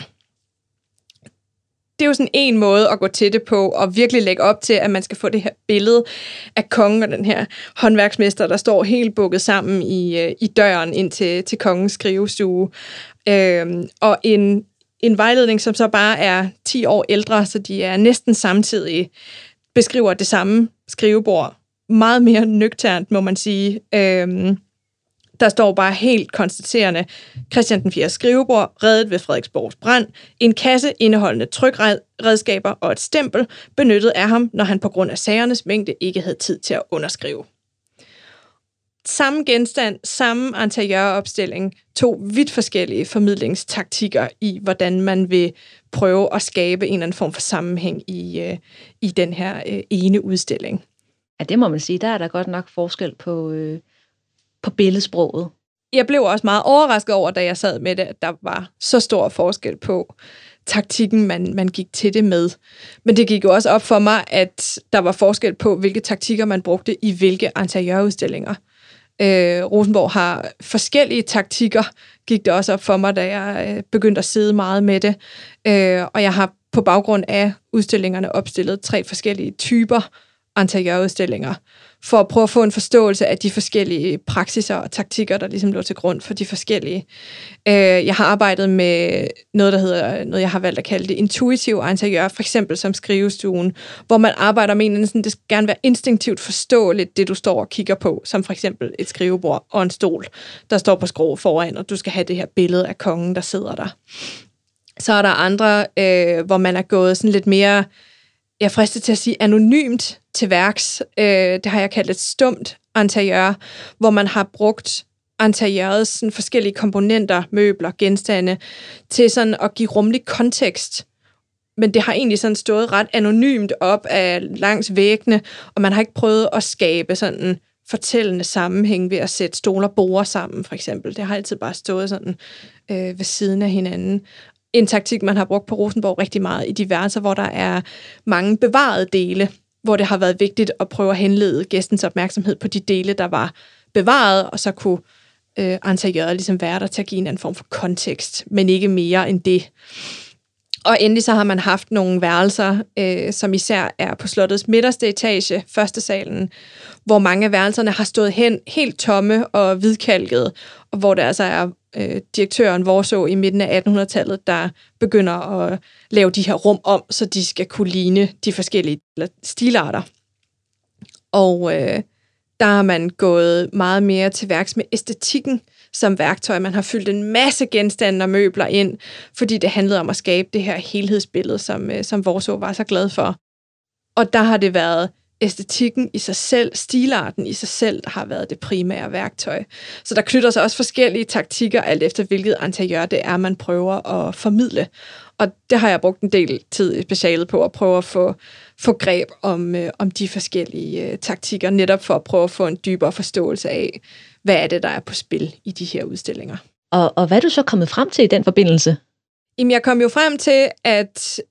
Det er jo sådan en måde at gå til det på, og virkelig lægge op til, at man skal få det her billede af kongen og den her håndværksmester, der står helt bukket sammen i, i døren ind til, til kongens skrivestue. Øhm, og en, en vejledning, som så bare er ti år ældre, så de er næsten samtidig, beskriver det samme skrivebord. Meget mere nøgternt, må man sige. Øhm, Der står bare helt konstaterende, Christian den fjerde skrivebord, reddet ved Frederiksborgs brand, en kasse indeholdende trykredskaber og et stempel, benyttet af ham, når han på grund af sagernes mængde ikke havde tid til at underskrive. Samme genstand, samme interiøropstilling, to vidt forskellige formidlingstaktikker i, hvordan man vil prøve at skabe en eller anden form for sammenhæng i, øh, i den her øh, ene udstilling. Ja, det må man sige. Der er der godt nok forskel på... Øh på billedsproget. Jeg blev også meget overrasket over, da jeg sad med det, at der var så stor forskel på taktikken, man, man gik til det med. Men det gik jo også op for mig, at der var forskel på, hvilke taktikker man brugte i hvilke interiørudstillinger. Øh, Rosenborg har forskellige taktikker, gik det også op for mig, da jeg øh, begyndte at sidde meget med det. Øh, og jeg har på baggrund af udstillingerne opstillet tre forskellige typer interiørudstillinger, for at prøve at få en forståelse af de forskellige praksiser og taktikker, der ligesom lå til grund for de forskellige. Jeg har arbejdet med noget, der hedder, noget jeg har valgt at kalde det intuitiv interiør, for eksempel som skrivestuen, hvor man arbejder med en, sådan, det skal gerne være instinktivt forståeligt, det du står og kigger på, som for eksempel et skrivebord og en stol, der står på skrå foran, og du skal have det her billede af kongen, der sidder der. Så er der andre, øh, hvor man er gået sådan lidt mere, jeg er fristet til at sige anonymt til værks. Øh, det har jeg kaldt et stumt interiør, hvor man har brugt interiørets sådan forskellige komponenter, møbler, genstande, til sådan at give rummelig kontekst. Men det har egentlig sådan stået ret anonymt op af langs væggene, og man har ikke prøvet at skabe sådan fortællende sammenhæng ved at sætte stole og borde sammen, for eksempel. Det har altid bare stået sådan øh, ved siden af hinanden. En taktik, man har brugt på Rosenborg rigtig meget i diverser, hvor der er mange bevarede dele hvor det har været vigtigt at prøve at henlede gæstens opmærksomhed på de dele, der var bevaret, og så kunne øh, interiøret ligesom være der til at give en anden form for kontekst, men ikke mere end det. Og endelig så har man haft nogle værelser, øh, som især er på slottets midterste etage, første salen, hvor mange af værelserne har stået hen helt tomme og hvidkalkede, og hvor der altså er øh, direktøren Worsaae i midten af attenhundredetallet, der begynder at lave de her rum om, så de skal kunne ligne de forskellige stilarter. Og øh, der har man gået meget mere til værks med æstetikken som værktøj. Man har fyldt en masse genstande og møbler ind, fordi det handlede om at skabe det her helhedsbillede, som, som Worsaae var så glad for. Og der har det været æstetikken i sig selv, stilarten i sig selv, der har været det primære værktøj. Så der knytter sig også forskellige taktikker, alt efter hvilket interiør det er, man prøver at formidle. Og det har jeg brugt en del tid i specialet på at prøve at få, få greb om, øh, om de forskellige øh, taktikker, netop for at prøve at få en dybere forståelse af, hvad er det, der er på spil i de her udstillinger. Og, og hvad er du så kommet frem til i den forbindelse? Jamen, jeg kom jo frem til, at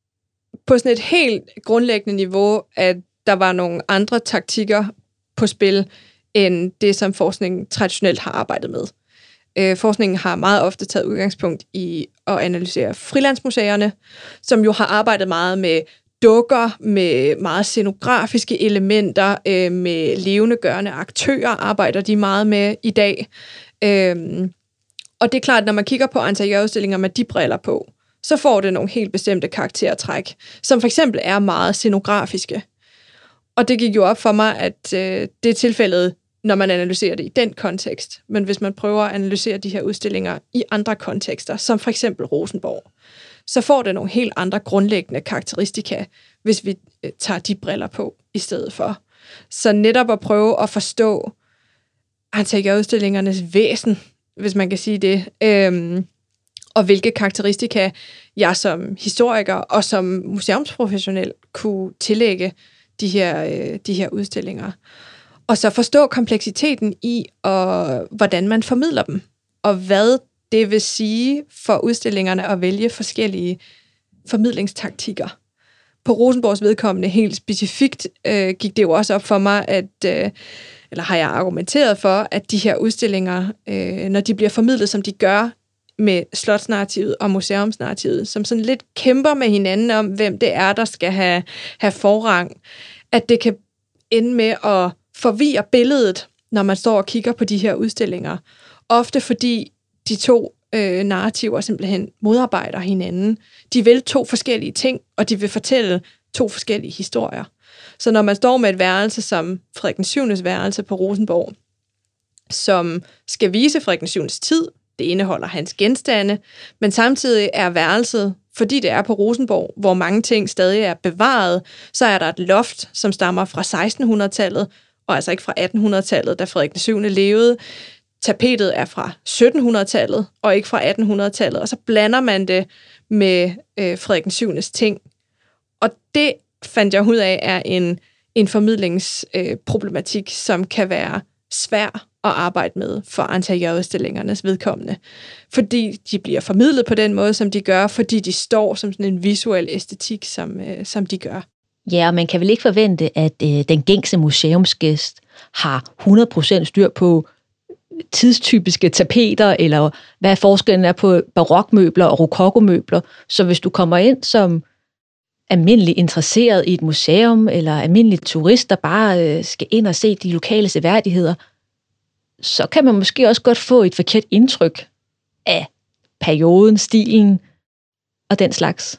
på sådan et helt grundlæggende niveau, at der var nogle andre taktikker på spil, end det, som forskningen traditionelt har arbejdet med. Øh, forskningen har meget ofte taget udgangspunkt i at analysere frilandsmuseerne, som jo har arbejdet meget med dukker, med meget scenografiske elementer, øh, med levendegørende aktører arbejder de meget med i dag. Øh, og det er klart, at når man kigger på interiørudstillinger med de briller på, så får det nogle helt bestemte karaktertræk, som for eksempel er meget scenografiske. Og det gik jo op for mig, at øh, det er tilfældet, når man analyserer det i den kontekst. Men hvis man prøver at analysere de her udstillinger i andre kontekster, som for eksempel Rosenborg, så får det nogle helt andre grundlæggende karakteristika, hvis vi øh, tager de briller på i stedet for. Så netop at prøve at forstå interiørudstillingernes væsen, hvis man kan sige det, øh, og hvilke karakteristika jeg som historiker og som museumsprofessionel kunne tillægge de her, øh, de her udstillinger. Og så forstå kompleksiteten i, og hvordan man formidler dem, og hvad det vil sige for udstillingerne at vælge forskellige formidlingstaktikker. På Rosenborgs vedkommende helt specifikt øh, gik det jo også op for mig, at, øh, eller har jeg argumenteret for, at de her udstillinger, øh, når de bliver formidlet, som de gør med slotsnarrativet og museumsnarrativet, som sådan lidt kæmper med hinanden om, hvem det er, der skal have, have forrang, at det kan ende med at forvirre billedet, når man står og kigger på de her udstillinger. Ofte fordi de to øh, narrativer simpelthen modarbejder hinanden. De vil to forskellige ting, og de vil fortælle to forskellige historier. Så når man står med et værelse som Frederik den syvendes værelse på Rosenborg, som skal vise Frederik den syvendes tid, det indeholder hans genstande, men samtidig er værelset, fordi det er på Rosenborg, hvor mange ting stadig er bevaret, så er der et loft, som stammer fra sekstenhundredetallet, og altså ikke fra attenhundredetallet, da Frederik den syvende levede. Tapetet er fra syttenhundredetallet, og ikke fra attenhundredetallet, og så blander man det med øh, Frederik den syvendes ting. Og det fandt jeg ud af er en, en formidlingsproblematik, øh, som kan være svær at arbejde med for interiørudstillingernes vedkommende. Fordi de bliver formidlet på den måde, som de gør, fordi de står som sådan en visuel æstetik, som, øh, som de gør. Ja, og man kan vel ikke forvente, at øh, den gængse museumsgæst har hundrede procent styr på tidstypiske tapeter, eller hvad forskellen er på barokmøbler og rokokomøbler. Så hvis du kommer ind som almindelig interesseret i et museum, eller almindelig turist, der bare øh, skal ind og se de lokale seværdigheder, så kan man måske også godt få et forkert indtryk af perioden, stilen og den slags.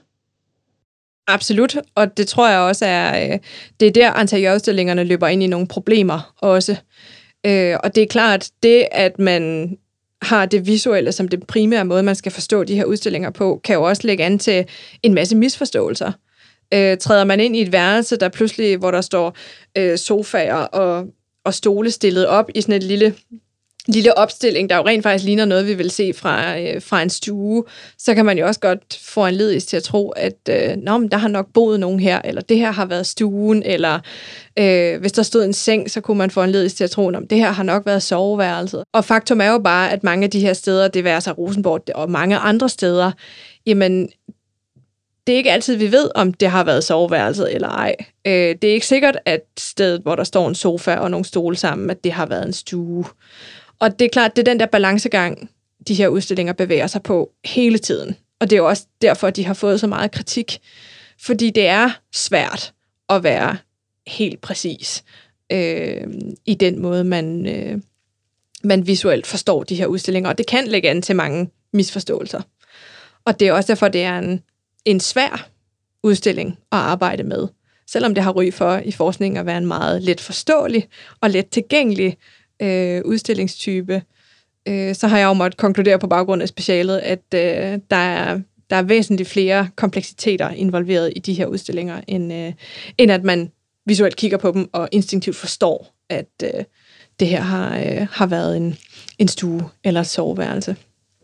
Absolut, og det tror jeg også er, det er der interiørudstillingerne løber ind i nogle problemer også. Og det er klart, det at man har det visuelle som den primære måde, man skal forstå de her udstillinger på, kan jo også lægge an til en masse misforståelser. Træder man ind i et værelse, der pludselig, hvor der står sofaer og, og stole stillet op i sådan et lille lille opstilling, der jo rent faktisk ligner noget, vi vil se fra, øh, fra en stue, så kan man jo også godt få anledning til at tro, at øh, Nå, men der har nok boet nogen her, eller det her har været stuen, eller øh, hvis der stod en seng, så kunne man få anledning til at tro, at det her har nok været soveværelset. Og faktum er jo bare, at mange af de her steder, det vil altså Rosenborg og mange andre steder, jamen det er ikke altid, vi ved, om det har været soveværelset eller ej. Øh, det er ikke sikkert, at stedet, hvor der står en sofa og nogle stole sammen, at det har været en stue. Og det er klart, det er den der balancegang, de her udstillinger bevæger sig på hele tiden. Og det er jo også derfor, de har fået så meget kritik. Fordi det er svært at være helt præcis øh, i den måde, man, øh, man visuelt forstår de her udstillinger. Og det kan lægge an til mange misforståelser. Og det er også derfor, det er en, en svær udstilling at arbejde med. Selvom det har ry for i forskningen at være en meget let forståelig og let tilgængelig øh, udstillingstype, øh, så har jeg jo måttet konkludere på baggrund af specialet, at øh, der er Der er væsentligt flere kompleksiteter involveret i de her udstillinger, end, øh, end at man visuelt kigger på dem og instinktivt forstår, at øh, det her har, øh, har været en, en stue eller et soveværelse.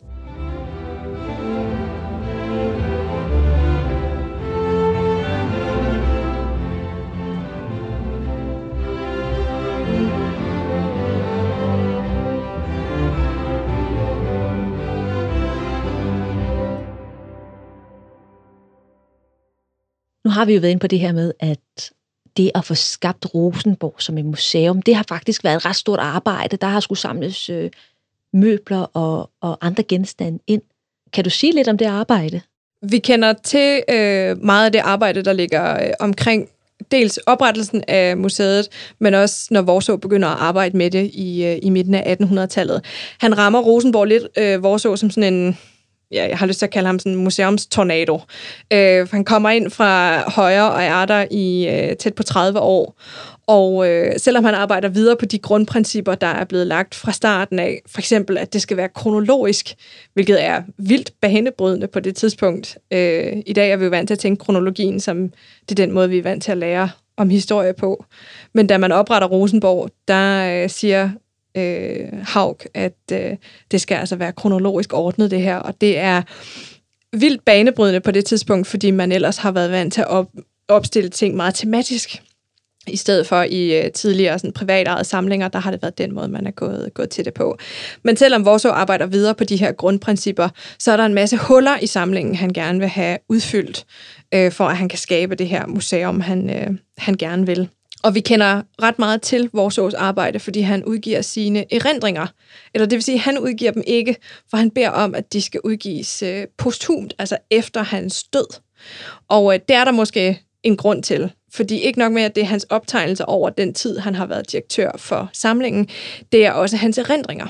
Nu har vi jo været inde på det her med, at det at få skabt Rosenborg som et museum, det har faktisk været et ret stort arbejde. Der har skulle samles øh, møbler og, og andre genstande ind. Kan du sige lidt om det arbejde? Vi kender til øh, meget af det arbejde, der ligger øh, omkring dels oprettelsen af museet, men også når Worsaae begynder at arbejde med det i, øh, i midten af attenhundredetallet. Han rammer Rosenborg lidt, øh, Worsaae, som sådan en... Ja, jeg har lyst til at kalde ham sådan en museumstornado. Øh, han kommer ind fra højre og er der i øh, tæt på tredive år. Og øh, selvom han arbejder videre på de grundprincipper, der er blevet lagt fra starten af, for eksempel at det skal være kronologisk, hvilket er vildt banebrydende på det tidspunkt. Øh, I dag er vi jo vant til at tænke kronologien som det er den måde, vi er vant til at lære om historie på. Men da man opretter Rosenborg, der øh, siger øh, Haug, at øh, det skal altså være kronologisk ordnet det her, og det er vildt banebrydende på det tidspunkt, fordi man ellers har været vant til at op, opstille ting meget tematisk. I stedet for i øh, tidligere sådan, privatejede samlinger, der har det været den måde, man er gået, gået til det på. Men selvom Worsaae arbejder videre på de her grundprincipper, så er der en masse huller i samlingen, han gerne vil have udfyldt, øh, for at han kan skabe det her museum, han, øh, han gerne vil. Og vi kender ret meget til Worsaaes arbejde, fordi han udgiver sine erindringer. Eller det vil sige, at han udgiver dem ikke, for han beder om, at de skal udgives øh, posthumt, altså efter hans død. Og øh, det er der måske en grund til. Fordi ikke nok med, at det er hans optegnelser over den tid, han har været direktør for samlingen, det er også hans erindringer.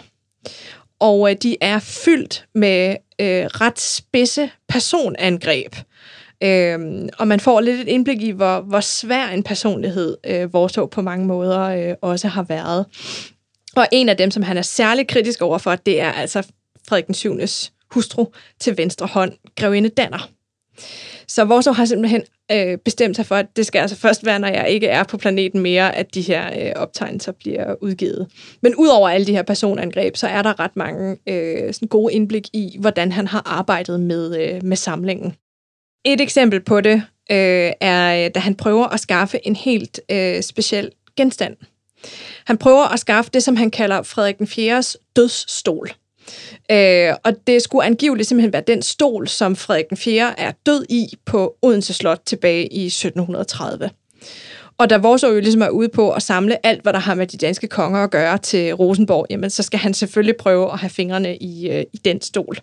Og øh, de er fyldt med øh, ret spidse personangreb. Øhm, og man får lidt et indblik i, hvor, hvor svær en personlighed øh, Worsaae på mange måder øh, også har været. Og en af dem, som han er særlig kritisk overfor, det er altså Frederik den syvendes hustru til venstre hånd, grevinde Danner. Så Worsaae har simpelthen øh, bestemt sig for, at det skal altså først være, når jeg ikke er på planeten mere, at de her øh, optegnelser bliver udgivet. Men udover alle de her personangreb, så er der ret mange øh, sådan gode indblik i, hvordan han har arbejdet med, øh, med samlingen. Et eksempel på det øh, er, da han prøver at skaffe en helt øh, speciel genstand. Han prøver at skaffe det, som han kalder Frederik den fjerdes dødsstol. Øh, og det skulle angiveligt simpelthen være den stol, som Frederik den fjerde er død i på Odense Slot tilbage i sytten tredive. Og da Worsaae jo ligesom er ude på at samle alt, hvad der har med de danske konger at gøre til Rosenborg, jamen, så skal han selvfølgelig prøve at have fingrene i, øh, i den stol.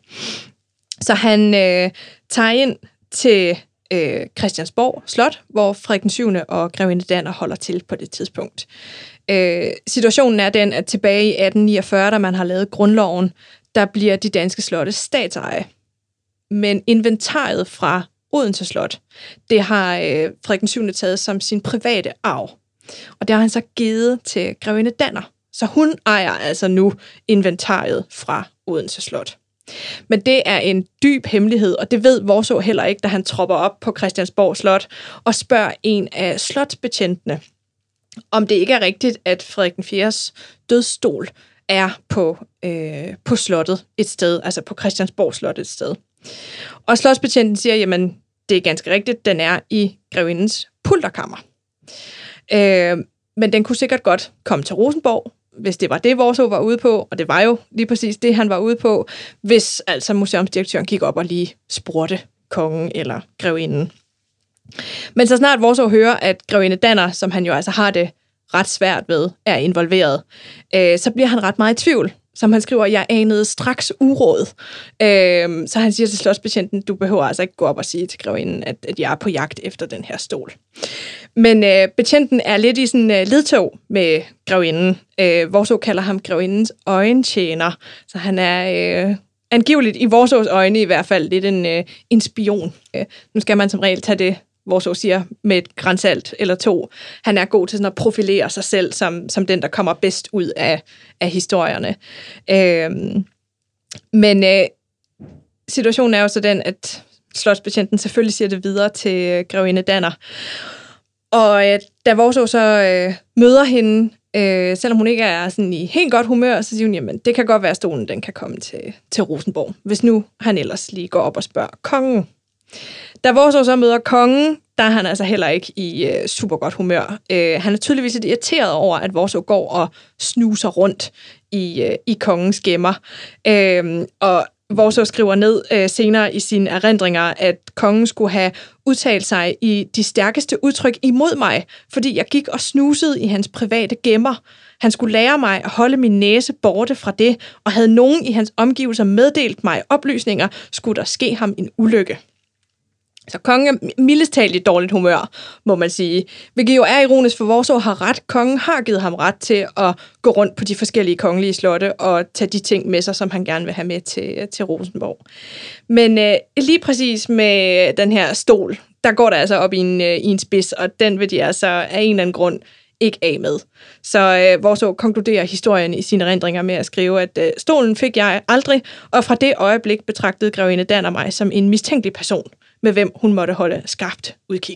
Så han øh, tager ind til øh, Christiansborg Slot, hvor Frederik den syvende og grevinde Danner holder til på det tidspunkt. Øh, situationen er den, at tilbage i atten niogfyrre, da man har lavet grundloven, der bliver de danske slotte statseje. Men inventaret fra Odense Slot, det har øh, Frederik den syvende taget som sin private arv. Og det har han så givet til grevinde Danner. Så hun ejer altså nu inventaret fra Odense Slot. Men det er en dyb hemmelighed, og det ved Worsaae heller ikke, da han tropper op på Christiansborg Slot og spørger en af slotsbetjentene, om det ikke er rigtigt, at Frederik den fjerdes dødsstol er på, øh, på slottet et sted, altså på Christiansborg Slot et sted. Og slotsbetjenten siger, jamen, det er ganske rigtigt, den er i grevindens pulterkammer. Øh, men den kunne sikkert godt komme til Rosenborg, hvis det var det, Worsaae var ude på, og det var jo lige præcis det, han var ude på, hvis altså museumsdirektøren gik op og lige spurgte kongen eller grevinden. Men så snart Worsaae hører, at grevinde Danner, som han jo altså har det ret svært ved, er involveret, øh, så bliver han ret meget i tvivl. Som han skriver, jeg anede straks uråd. Øh, så han siger til slotsbetjenten, du behøver altså ikke gå op og sige til grevinden, at, at jeg er på jagt efter den her stol. Men øh, betjenten er lidt i sådan øh, ledtog med grevinden. Øh, Worsaae kalder ham grevindens øjentjener, så han er øh, angiveligt i Worsaaes øjne i hvert fald lidt en, øh, en spion. Øh, nu skal man som regel tage det, Worsaae siger, med et grænsalt eller to. Han er god til sådan at profilere sig selv som, som den, der kommer bedst ud af, af historierne. Øh, men øh, situationen er jo så den, at slotsbetjenten selvfølgelig siger det videre til øh, grevinde Danner. Og øh, da Worsaae så øh, møder hende, øh, selvom hun ikke er sådan i helt godt humør, så siger hun, jamen det kan godt være, at stolen den kan komme til, til Rosenborg, hvis nu han ellers lige går op og spørger kongen. Da Worsaae så møder kongen, der er han altså heller ikke i øh, super godt humør. Øh, han er tydeligvis lidt irriteret over, at Worsaae går og snuser rundt i, øh, i kongens gemmer. Øh, og Worsaae skriver ned øh, senere i sine erindringer, at kongen skulle have udtalt sig i de stærkeste udtryk imod mig, fordi jeg gik og snusede i hans private gemmer. Han skulle lære mig at holde min næse borte fra det, og havde nogen i hans omgivelser meddelt mig oplysninger, skulle der ske ham en ulykke. Så kongen er mildest talt i dårligt humør, må man sige. Hvilket jo er ironisk, for Worsaae har ret. Kongen har givet ham ret til at gå rundt på de forskellige kongelige slotte og tage de ting med sig, som han gerne vil have med til, til Rosenborg. Men øh, lige præcis med den her stol, der går der altså op i en, øh, i en spids, og den vil de altså af en eller anden grund ikke af med. Så øh, Worsaae konkluderer historien i sine erindringer med at skrive, at øh, stolen fik jeg aldrig, og fra det øjeblik betragtede grevinde Danner mig som en mistænkelig person, med hvem hun måtte holde skarpt udkig.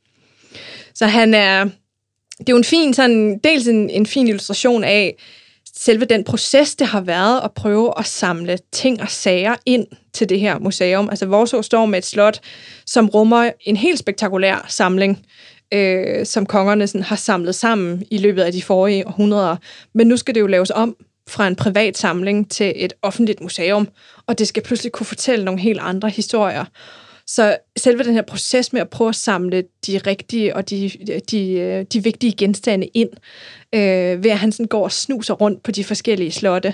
Så han er, det er jo en fin, sådan, dels en, en fin illustration af selve den proces, det har været at prøve at samle ting og sager ind til det her museum. Altså Worsaae står med et slot, som rummer en helt spektakulær samling, øh, som kongerne sådan, har samlet sammen i løbet af de forrige århundreder. Men nu skal det jo laves om fra en privat samling til et offentligt museum, og det skal pludselig kunne fortælle nogle helt andre historier. Så selve den her proces med at prøve at samle de rigtige og de, de, de vigtige genstande ind, øh, ved at han sådan går og snuser rundt på de forskellige slotte.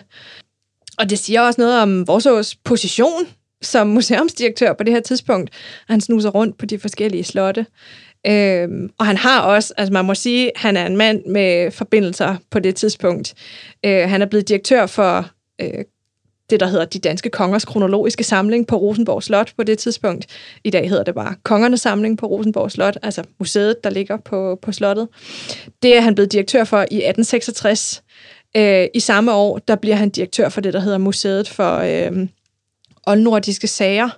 Og det siger også noget om Worsaaes position som museumsdirektør på det her tidspunkt. Han snuser rundt på de forskellige slotte. Øh, og han har også, altså man må sige, han er en mand med forbindelser på det tidspunkt. Øh, han er blevet direktør for øh, det, der hedder De Danske Kongers Kronologiske Samling på Rosenborg Slot på det tidspunkt. I dag hedder det bare Kongernes Samling på Rosenborg Slot, altså museet, der ligger på, på slottet. Det er han blevet direktør for i atten seksogtres. Øh, I samme år, der bliver han direktør for det, der hedder Museet for øh, Oldnordiske Sager,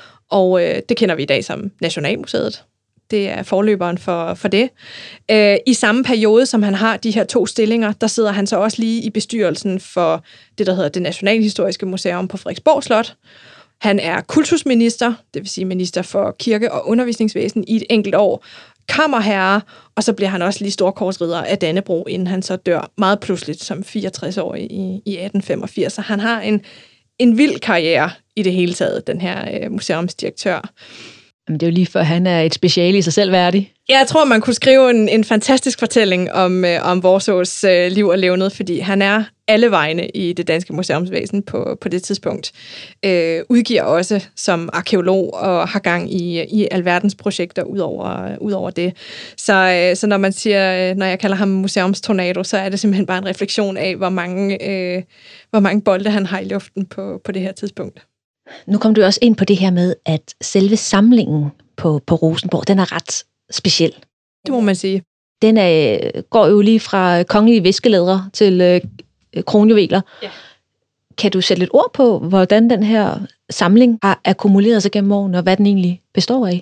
og øh, det kender vi i dag som Nationalmuseet. Det er forløberen for, for det. Øh, I samme periode, som han har de her to stillinger, der sidder han så også lige i bestyrelsen for det, der hedder det Nationalhistoriske Museum på Frederiksborg Slot. Han er kultusminister, det vil sige minister for kirke- og undervisningsvæsen i et enkelt år, kammerherre, og så bliver han også lige storkorsridder af Dannebrog, inden han så dør meget pludseligt som fireogtres-årig i, i atten femogfirs. Så han har en, en vild karriere i det hele taget, den her øh, museumsdirektør. Jamen, det er jo lige før, han er et speciale i sig selv værdig. Jeg tror, man kunne skrive en, en fantastisk fortælling om, øh, om Worsaaes øh, liv og levned, fordi han er alle vegne i det danske museumsvæsen på, på det tidspunkt. Øh, udgiver også som arkeolog og har gang i, i alverdens projekter ud over, ud over det. Så, øh, så når man siger, når jeg kalder ham museumstornado, så er det simpelthen bare en refleksion af, hvor mange, øh, hvor mange bolde han har i luften på, på det her tidspunkt. Nu kom du også ind på det her med, at selve samlingen på, på Rosenborg, den er ret speciel. Det må man sige. Den er, går jo lige fra kongelige viskelædre til øh, kronjuveler. Ja. Kan du sætte lidt ord på, hvordan den her samling har akkumuleret sig gennem årene, og hvad den egentlig består af?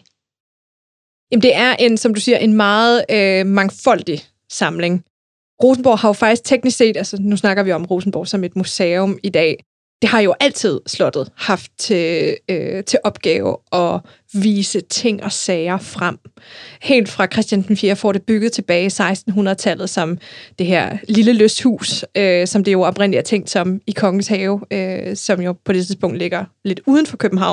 Jamen, det er en, som du siger, en meget øh, mangfoldig samling. Rosenborg har jo faktisk teknisk set, altså nu snakker vi om Rosenborg som et museum i dag, det har jo altid slottet haft til, øh, til opgave at vise ting og sager frem. Helt fra Christian den fjerde får det bygget tilbage i sekstenhundredetallet som det her lille lysthus, øh, som det jo oprindeligt er tænkt som i Kongens Have, øh, som jo på det tidspunkt ligger lidt uden for København.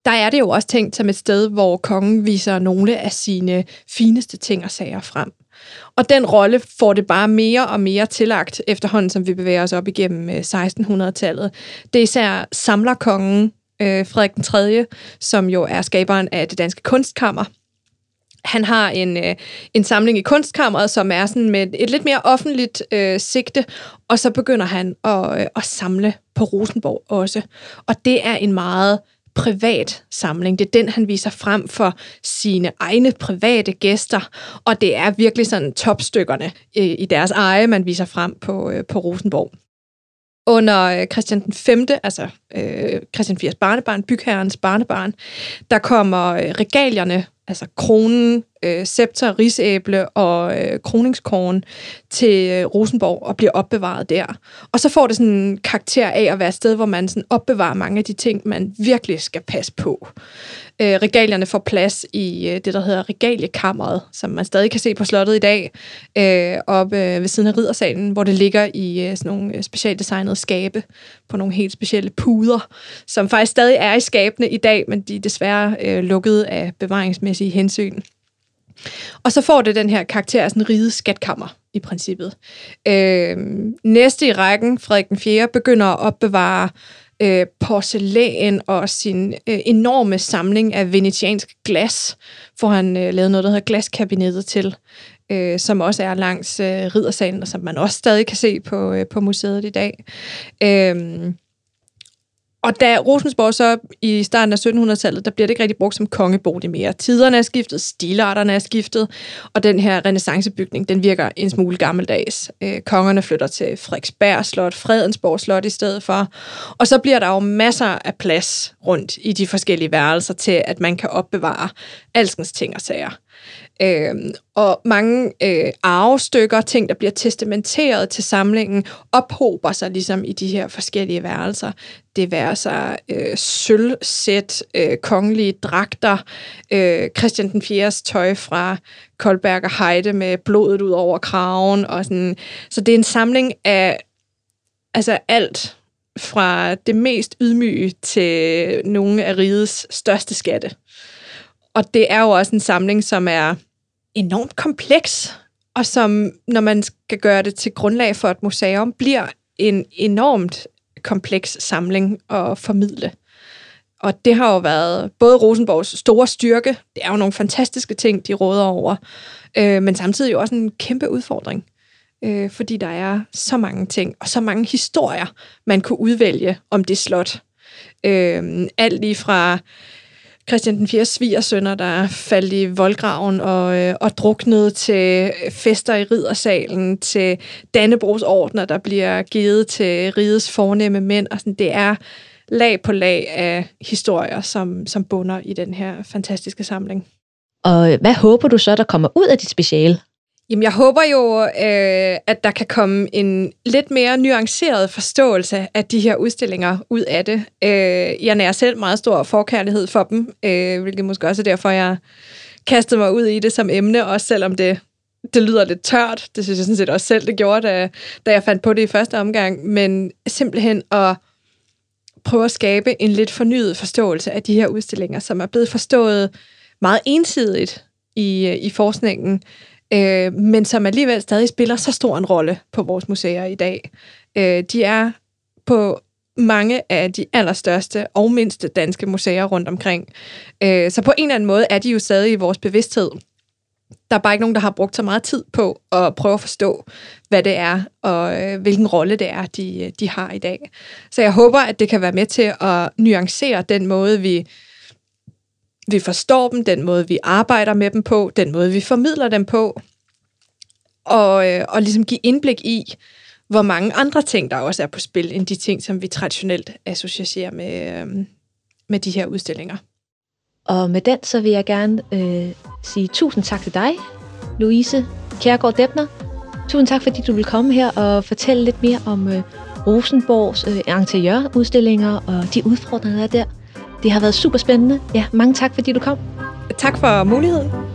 der er det jo også tænkt som et sted, hvor kongen viser nogle af sine fineste ting og sager frem. Og den rolle får det bare mere og mere tillagt efterhånden, som vi bevæger os op igennem sekstenhundredetallet. Det er især samlerkongen, øh, Frederik den tredje, som jo er skaberen af det danske kunstkammer. Han har en, øh, en samling i kunstkammeret, som er sådan med et lidt mere offentligt øh, sigte, og så begynder han at, øh, at samle på Rosenborg også. Og det er en meget privat samling. Det er den, han viser frem for sine egne private gæster, og det er virkelig sådan topstykkerne øh, i deres eje, man viser frem på, øh, på Rosenborg. Under Christian den femte, altså øh, Christian den fjerde barnebarn, bygherrens barnebarn, der kommer øh, regalierne, altså kronen, øh, scepter, rigsæble og øh, kroningskronen til øh, Rosenborg og bliver opbevaret der. Og så får det sådan en karakter af at være et sted, hvor man sådan opbevarer mange af de ting, man virkelig skal passe på. Øh, regalierne får plads i øh, det, der hedder regaliekammeret, som man stadig kan se på slottet i dag, øh, oppe øh, ved siden af riddersalen, hvor det ligger i øh, sådan nogle specialdesignede skabe på nogle helt specielle puder, som faktisk stadig er i skabene i dag, men de er desværre øh, lukket af bevaringsmæssige hensyn. Og så får det den her karakter af sådan en riget skatkammer i princippet. Øh, næste i rækken, Frederik den fjerde, begynder at opbevare øh, porcelæn og sin øh, enorme samling af venetiansk glas, får han øh, lavet noget, der hedder glaskabinettet til, øh, som også er langs øh, riddersalen, og som man også stadig kan se på, øh, på museet i dag. Øh, Og da Rosenborg så i starten af syttenhundredetallet, der bliver det ikke rigtig brugt som kongebolig mere. Tiderne er skiftet, stilarterne er skiftet, og den her renæssancebygning, den virker en smule gammeldags. Øh, kongerne flytter til Frederiksberg Slot, Fredensborg Slot i stedet for. Og så bliver der jo masser af plads rundt i de forskellige værelser til, at man kan opbevare alskens ting og sager. Øh, og mange øh, arvestykker, ting, der bliver testamenteret til samlingen, ophober sig ligesom i de her forskellige værelser. Det værer sig øh, sølvsæt, øh, kongelige dragter, øh, Christian den fjerdes tøj fra Koldberg og Heide med blodet ud over kraven. Og sådan. Så det er en samling af altså alt fra det mest ydmyge til nogle af rigets største skatte. Og det er jo også en samling, som er enormt kompleks, og som, når man skal gøre det til grundlag for et museum, bliver en enormt kompleks samling at formidle. Og det har jo været både Rosenborgs store styrke, det er jo nogle fantastiske ting, de råder over, øh, men samtidig jo også en kæmpe udfordring, øh, fordi der er så mange ting, og så mange historier, man kunne udvælge om det slot. Øh, alt lige fra Christian den fjerdes svigersønner, der faldt i voldgraven og, øh, og druknede, til fester i riddersalen, til Dannebrogs ordner, der bliver givet til rigets fornemme mænd. Og sådan, det er lag på lag af historier, som, som bunder i den her fantastiske samling. Og hvad håber du så, der kommer ud af dit speciale? Jamen, jeg håber jo, øh, at der kan komme en lidt mere nuanceret forståelse af de her udstillinger ud af det. Øh, jeg nærer selv meget stor forkærlighed for dem, øh, hvilket måske også er derfor, jeg kastede mig ud i det som emne, også selvom det, det lyder lidt tørt. Det synes jeg sådan set også selv, det gjorde, da, da jeg fandt på det i første omgang. Men simpelthen at prøve at skabe en lidt fornyet forståelse af de her udstillinger, som er blevet forstået meget ensidigt i, i forskningen, Øh, men som alligevel stadig spiller så stor en rolle på vores museer i dag. Øh, de er på mange af de allerstørste og mindste danske museer rundt omkring. Øh, så på en eller anden måde er de jo stadig i vores bevidsthed. Der er bare ikke nogen, der har brugt så meget tid på at prøve at forstå, hvad det er, og øh, hvilken rolle det er, de, de har i dag. Så jeg håber, at det kan være med til at nuancere den måde, vi vi forstår dem, den måde, vi arbejder med dem på, den måde, vi formidler dem på, og, øh, og ligesom give indblik i, hvor mange andre ting, der også er på spil, end de ting, som vi traditionelt associerer med, øh, med de her udstillinger. Og med den, så vil jeg gerne øh, sige tusind tak til dig, Louise Kjærgaard Debner. Tusind tak, fordi du vil komme her og fortælle lidt mere om øh, Rosenborgs øh, interiørudstillinger og de udfordringer, der er der. Det har været super spændende. Ja, mange tak, fordi du kom. Tak for muligheden.